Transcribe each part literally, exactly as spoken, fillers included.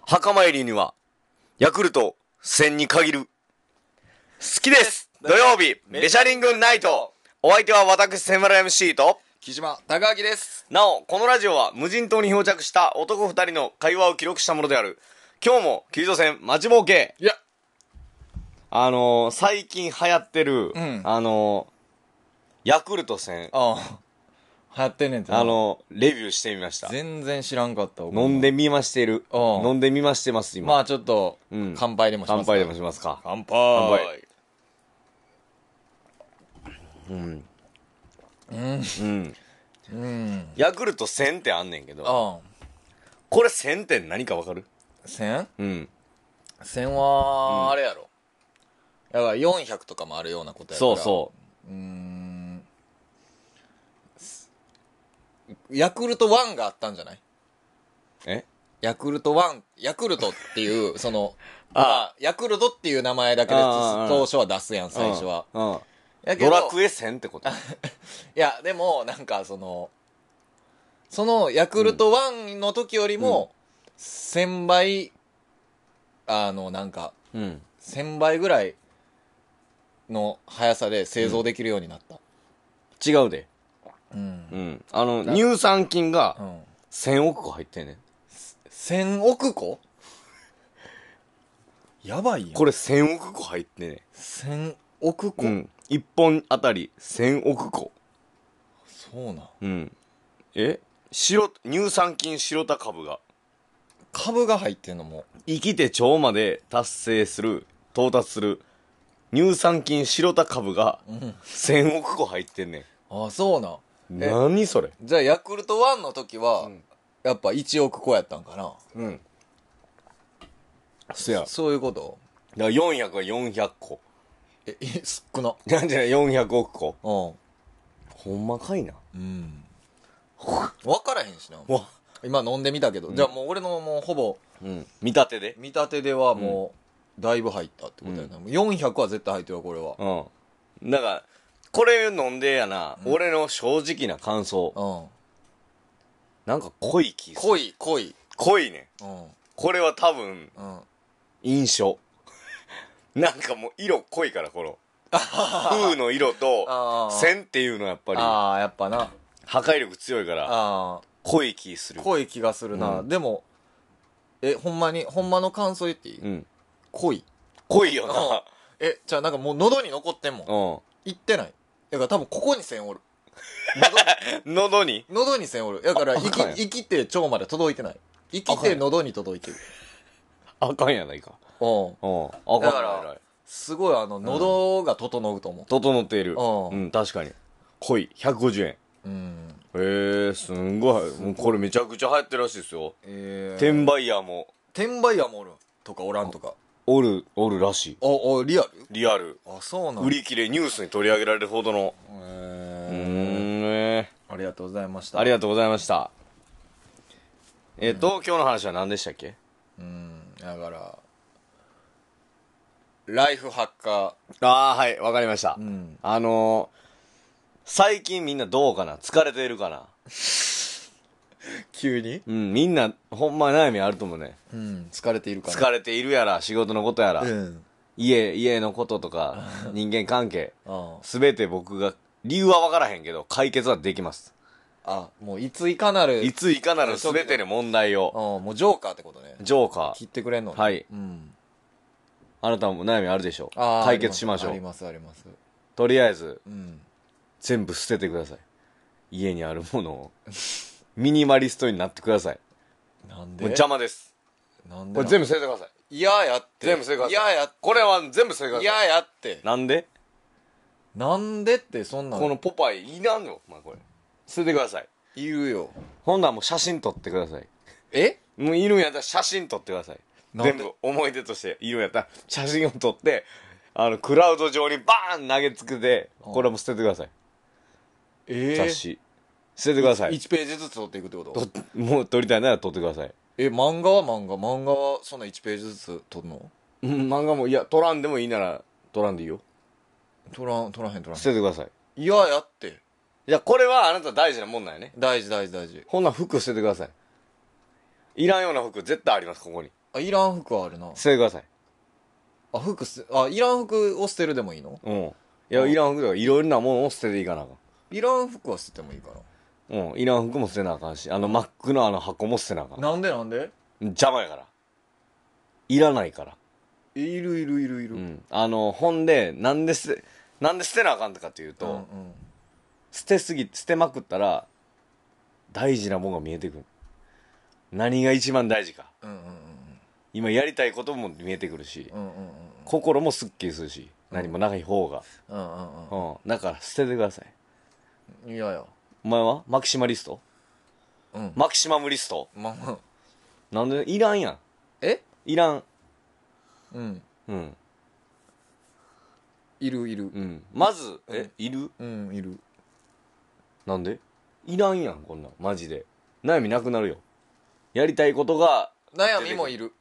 墓参りにはヤクルトせんに限る。好きです。土曜日ベシャリングナイト。お相手は私セムラ エムシー と木島高明です。 なおこのラジオは無人島に漂着した男ふたりの会話を記録したものである。今日も救助船待ちぼうけ。 いやあのー、最近流行ってる、 うん、 あのー、ヤクルトせんああ流行ってんねんてな。 あのー、レビューしてみました。 全然知らんかった。 飲んでみましてる。飲んでみましてます今。 まあちょっと、うん、乾杯でもしますか。 乾杯でもしますか。 乾杯。 乾杯。うんうんうんうん。ヤクルトせんってあんねんけど、 ああこれせんって何かわかる？ せん？ うん。 せんはあれやろ。だからよんひゃくとかもあるようなことやから。 そうそう。 うーん。ヤクルトワンがあったんじゃない？ え？ ヤクルトワン、ヤクルトっていうそのああ、 まあ、ヤクルトっていう名前だけで当初は出すやん最初は。 うんうん、 やけどドラクエせんってこと？ いやでもなんかそのそのヤクルトワンの時よりもせんばい、あのなんか、うん、せんばいぐらいの速さで製造できるようになった。うん、 違うで。 うん、うん、 あの乳酸菌がせんおく個入ってんねん。 せんおく個？やばいやん。 これせんおく個入ってんねん。 せんおく個、うん、 いっぽんあたりせんおく個。 そうなん。 うん。え白乳酸菌白田株が株が入ってんのも生きて腸まで達成する到達する乳酸菌白田株がせんおく個入ってんねん。 ああそうなん。 何それ。 じゃあヤクルトワンの時は、うん、やっぱいちおく個やったんかな。 うん。そやそういうこと。 だからよんひゃくはよんひゃっこ。 え少な。 なんじゃないよんひゃくおく個。 うんほんまかいな。 うん分からへんしな。今飲んでみたけど、うん、じゃあもう俺のもうほぼ、 うん、見立てで見立てではもうだいぶ入ったってことやな、うん、よんひゃくは絶対入ってるわこれは。 うんだからこれ飲んでやな、うん、俺の正直な感想、うん、なんか濃い気する。 濃い濃い濃いね、うん、これは多分、うん、印象なんかもう色濃いからこの風の色と線っていうのはやっぱりああやっぱな破壊力強いからあ濃い気する。 濃い気がするな、うん、でもえほんまにほんまの感想言っていい、うん、濃い濃いよなえじゃあなんかもう喉に残ってんもん。いってない。だから多分ここに線おる喉に喉に線おる。だから生き生きて腸まで届いてない。生きて喉に届いてる。 あかんやないか。 うんうんあかん。だからすごいあの喉が整うと思う。 整っている。うん、確かに濃いひゃくごじゅうえん。うんへえー、すんごい。もうこれめちゃくちゃ流行ってるらしいですよ。えー、転売ヤーも転売ヤーもおるとかおらんとかおるおるらしい。 おおリアルリアル。 あそうなん。 売り切れニュースに取り上げられるほどの。へえー、ねありがとうございました。 ありがとうございました。えっ、ー、と、うん、今日の話は何でしたっけ？ うんだからライフハッカー。 ああはいわかりました、うん、あのー、最近みんなどうかな？疲れているかな？ 急に？ うんみんなほんま悩みあると思うね。 うん疲れているかな？ 疲れているやら仕事のことやら、うん、家家のこととか人間関係すべて僕が理由は分からへんけど解決はできます。 あもういついかなるいついかなるすべての問題をもうジョーカーってことね。 ジョーカー切ってくれんのね。 はい、うん、あなたも悩みあるでしょう。解決しましょう。 ありますあります。 とりあえず、うん、全部捨ててください。家にあるものをミニマリストになってください。 なんで？ もう邪魔です。 なんで？ これ全部捨ててください。 嫌やって。 全部捨ててください。 嫌やって。 これは全部捨ててください。 嫌やって。 なんで？ なんでってそんなこのポパイいらんよ。まあこれ捨ててください。 いるよ。 ほんならもう写真撮ってください。 え？ もういるんやったら写真撮ってください。全部思い出としているんやったら写真を撮ってあのクラウド上にバーン投げつけてこれも捨ててください。えー、雑誌捨ててください。 いちページずつ撮っていくってこと？ もう撮りたいなら撮ってください。 え漫画は漫画漫画はそんないちページずつ撮るの？ うん漫画もいや撮らんでもいいなら撮らんでいいよ。 撮らん撮らへん撮らへん。 捨ててください。 いややって。 いやこれはあなた大事なもんなんやね。 大事大事大事。 ほんなら服捨ててください。いらんような服絶対ありますここに。 あ、いらん服はあるな。 捨ててください。 あ、服捨て、あ、いらん服を捨てるでもいいの？ うん。いや、いらん服とかいろいろなものを捨てていかなあかん。 いらん服は捨ててもいいかうん。いらん服も捨てなあかんし、あの、マックのあの箱も捨てなあかん。 な。なんでなんで？ 邪魔やから。いらないから。 いるいるいるいる。 うん。あの、ほんで、なんで捨て、なんで捨てなあかんかっていうと、 うんうん。 捨てすぎ、捨てまくったら、大事なものが見えてくる。何が一番大事か。 うんうんうん今やりたいことも見えてくるし、 うんうん心もすっきりするし、何もない方が。 うんうんうんうん。だから捨ててください。 うん。いやいや。 お前はマキシマリスト？ うん。 マキシマムリスト？ まあまあ。 なんでいらんやん。 え？ いらん。 うん。 うん。 いるいる。 うん。まず、え、いる？ うん、いる。 なんでいらんやん、こんなん。マジで。悩みなくなるよ。やりたいことが、 悩みもいる。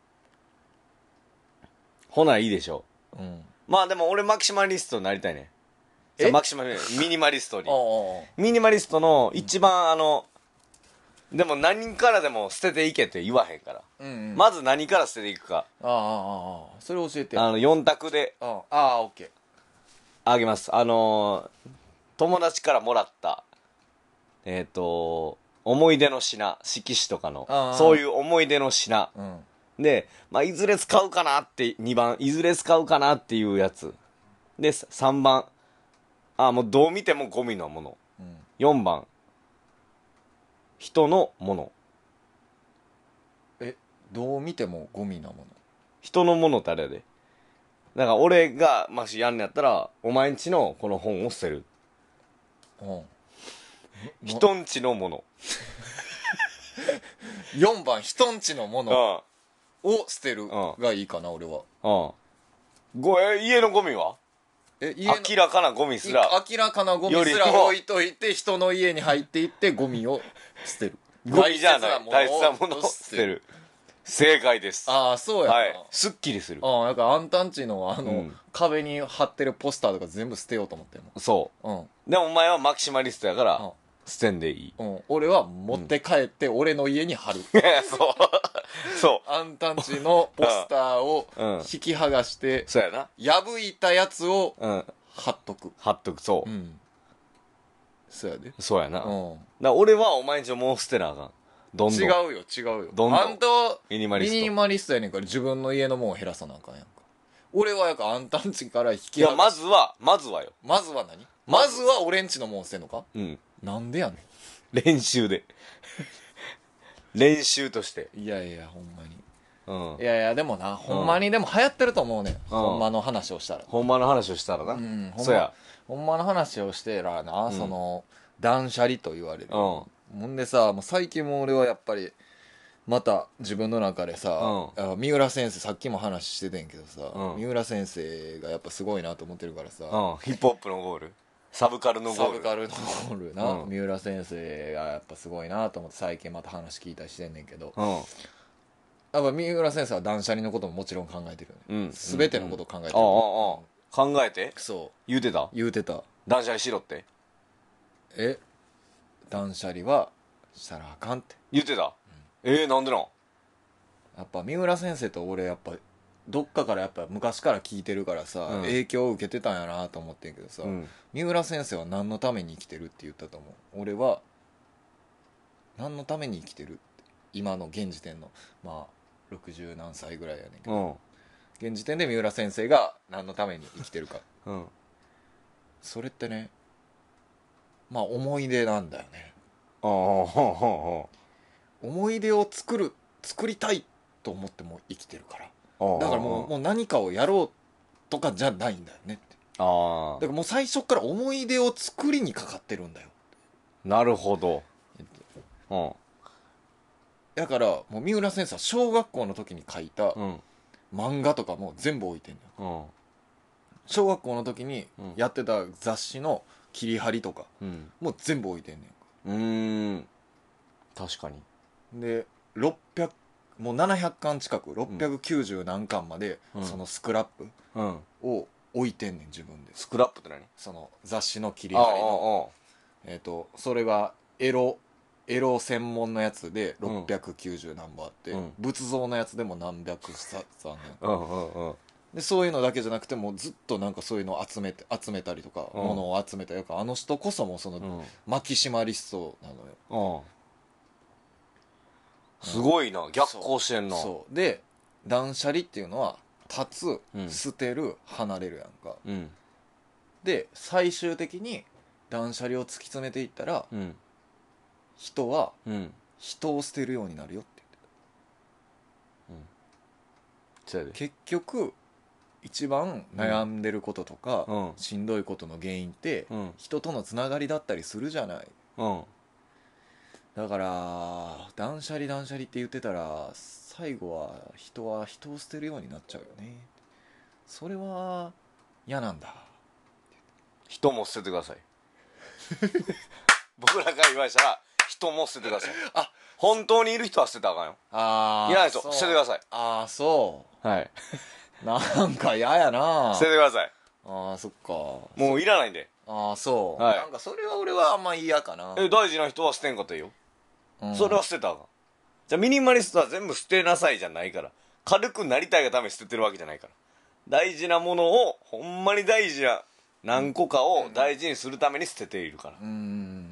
ほないいでしょ。 うん。 まあでも俺マキシマリストになりたいね。 えマキシマリ、ミニマリストにあ。あ。 ミニマリストの一番あの、でも何からでも捨てていけって言わへんから。 うんうん。 まず何から捨てていくか。 ああ、ああ、ああ。それ教えて。 あの、よん択でああ、ああ、オッケー。 あげます。あのー友達からもらった、えっ、と、思い出の品、色紙とかのあ、ーそういう思い出の品。 うん。 で、まあ、いずれ使うかなって、にばん、いずれ使うかなっていうやつ。で、さんばん、あ、もうどう見てもゴミのもの。 うん。 よんばん、人のもの。 え、どう見てもゴミなもの。 人のものってあれやで。だから俺が、もしやんのやったら、お前んちのこの本を捨てる。 うん。 人んちのもの。 よんばん、人んちのもうのん。 を捨てるうがいいかな、俺は。 うん。ごえ、家のゴミはえ、家の明らかなゴミすら。 明らかなゴミすらよりも置いといて、人の家に入っていってゴミを捨てる。 ゴミじゃない。大切なものをを捨てる。正解です。 ああ、そうやな。 はい。すっきりする。 ああ、だからあんたんちのあの、 うん壁に貼ってるポスターとか全部捨てようと思ってんそもん。 う。でもお前はマキシマリストやからうん、 捨てんでいい。 うん。うん。俺は持って帰って俺の家に貼る。 そう。そあんたんちのポスターをうん引き剥がしてう。、そうやな。 破いたやつをうん。 貼っとく。 貼っとく。そうう。ん。そうやで。 そうやな。だかうん。 ら俺はお前んちをもう捨てなあかん。どんどん。 違うよ違うよどんどんあんたはミニマリストミニマリストやねんから自分の家のもんを減らさなあかんやんか。俺はやからあんたんちから引いや、 き離まずは、まずはよ。 まずは何まずまずは俺んちのもん捨てんのか。 うん。 なんでやね練習で。練習として。 ん。いやいやほんまに。 うんい。やいやでもなほんまにでも流行ってると思うねん、ほんまの話をしたら。 ほんまの話をしたらな。 うんほんまそうや。 ほんまの話をしてらな、 んその断捨離と言われる、 うん。 ほんでさもう最近も俺はやっぱりまた自分の中でさ、 うあ三浦先生さっきも話しててんけどさ、 うん三浦先生がやっぱすごいなと思ってるからさ、 うん。ヒップホップのゴール。サブカルのゴール。 サブカルのゴールな、 うん三浦先生がやっぱすごいなと思って最近また話聞いたりしてんねんけど、 うん。 やっぱ三浦先生は断捨離のことももちろん考えてるよね、 うん。 全てのことを考えてる、 ああ、ああ。考えてそう言うてた言うてた。 断捨離しろってえ断捨離はしたらあかんって。 言うてたえー、なんでなんやっぱ三浦先生と俺やっぱどっかからやっぱ昔から聞いてるからさ、 うん影響を受けてたんやなと思ってんけどさ、 うん。 三浦先生は何のために生きてるって言ったと思う。俺は何のために生きてるって今の現時点のまあろくじゅう何歳ぐらいやねんけど、 うん。 現時点で三浦先生が何のために生きてるかうん。 それってねまあ思い出なんだよね。 ああ、ほんほんほ思い出を作る作りたいと思っても生きてるからん。 だからもうもう何かをやろうとかじゃないんだよねって。 あだからもう最初から思い出を作りにかかってるんだよ。 あ、なるほど。うん。 だからもう三浦先生は小学校の時に書いたうん。 漫画とかも全部置いてんだよ。 うん。 小学校の時にうんやってた雑誌の切り張りとかうん。 もう全部置いてんねうーん。確かに。 ん。でろっぴゃくもうななひゃっかん近くろっぴゃくきゅうじゅう何巻までうんそのスクラップうん。 を置いてんねん自分で。 スクラップって何その雑誌の切りああ、 張りのあえっとそれがエロエロ専門のやつでろっぴゃくきゅうじゅう何本あって、 うん、 仏像のやつでも何百冊あんねん、 うんうんうんでそういうのだけじゃなくてもうずっとなんかそういうのを集めて集めたりとか、 うん、 ものを集めたりとか、あの人こそもその、うん、マキシマリストなのよ、 うん、すごいな、逆行してんな。 そうで断捨離っていうのは立つ、 うん、 捨てる、離れるやんか、 うん、 で最終的に断捨離を突き詰めていったら、うん、人は人を捨てるようになるよって言ってた、うん、結局一番悩んでることとか、うん、しんどいことの原因って、うん、人とのつながりだったりするじゃない、うん、だから断捨離断捨離って言ってたら最後は人は人を捨てるようになっちゃうよね、それは嫌なんだ。 人も捨ててください僕らから言われたら人も捨ててください。あ、本当にいる人は捨てたらあかんよ。ああ、いらない人捨ててください。 ああ、そう、はいなんか嫌やな。 捨ててください。 ああ、そっか、 もういらないんで。 ああ、そう、はい、なんかそれは俺はあんま嫌かな。 え、大事な人は捨てんかったらいいよ、うん、それは捨てたらあかん。じゃあミニマリストは全部捨てなさいじゃないから、軽くなりたいがために捨ててるわけじゃないから、大事なものをほんまに大事な何個かを大事にするために捨てているから。うん、うん、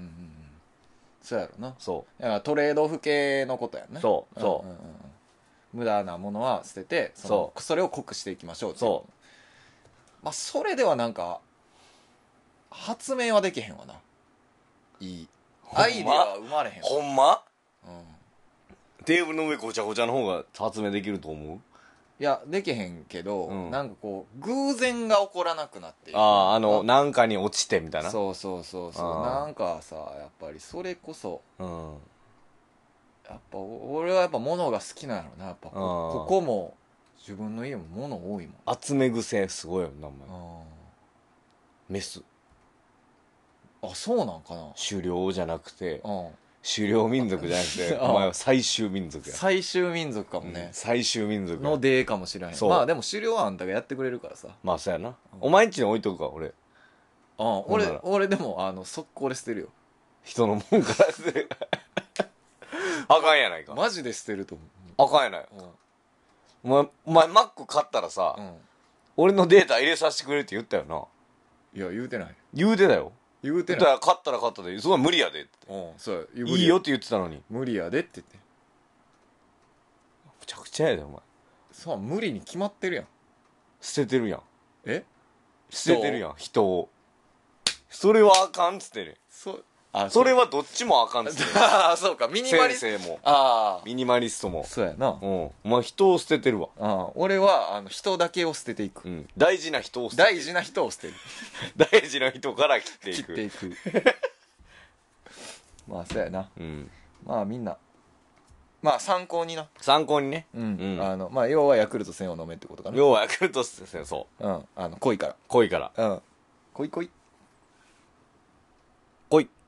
そうやろな。そうだからトレードオフ系のことやね。 そうそう、うんうんうん、 無駄なものは捨てて、そのそそれを濃くしていきましょうって。そう、まあそれではなんか発明はできへんわな。いいアイデアは生まれへんわ。 ほんま、うん、テーブルの上ごちゃごちゃの方が発明できると思う？ いやできへんけど、うん、なんかこう偶然が起こらなくなっていく。 ああ、あのなんかに落ちてみたいな。 そうそうそうそう、なんかさやっぱりそれこそ、うん、やっぱ俺はやっぱ物が好きなのな。やっぱ こ, ここも自分の家も物多いもん。 集め癖すごいよな。メス。 あ、そうなんかな。 狩猟じゃなくて、うん、狩猟民族じゃなくてお前は最終民族や。 最終民族かもね、うん、 最終民族の出かもしれん。まあでも狩猟はあんたがやってくれるからさ。まあそうやな、うん、お前んちに置いとくか俺。 あ、俺俺でもあの速攻で捨てるよ、 人のもんから捨てるあかんやないか。 マジで捨てると思う。あかんやない、うん、お前お前マック買ったらさ、うん、俺のデータ入れさせてくれって言ったよな。 いや言うてない。 言うてたよ。 言うてない。 買ったら買ったで、そんな無理やでって。うん、そういいよって言ってたのに無理やでって言って。 むちゃくちゃやでお前。 そう、無理に決まってるやん。 捨ててるやん。 え、 捨ててるやん人を。それはあかんっつってる。そあそれはどっちもあかんっつってる。 ああそうか、ミニマリスト先生もあミニマリストも。 そうやな。 うん、お前人を捨ててるわ。 あ俺はあの人だけを捨てていく、うん、 大事な人を捨てて大事な人を捨てる大事な人から切っていく。 切っていくまあそうやな、うん、まあみんなまあ参考にな。 参考にね、 うん、うん、あのまあ要はヤクルトせんを飲めってことかな。 要はヤクルトせん、そう、 うん、あの濃いから濃いから、 うん、濃い濃い濃い。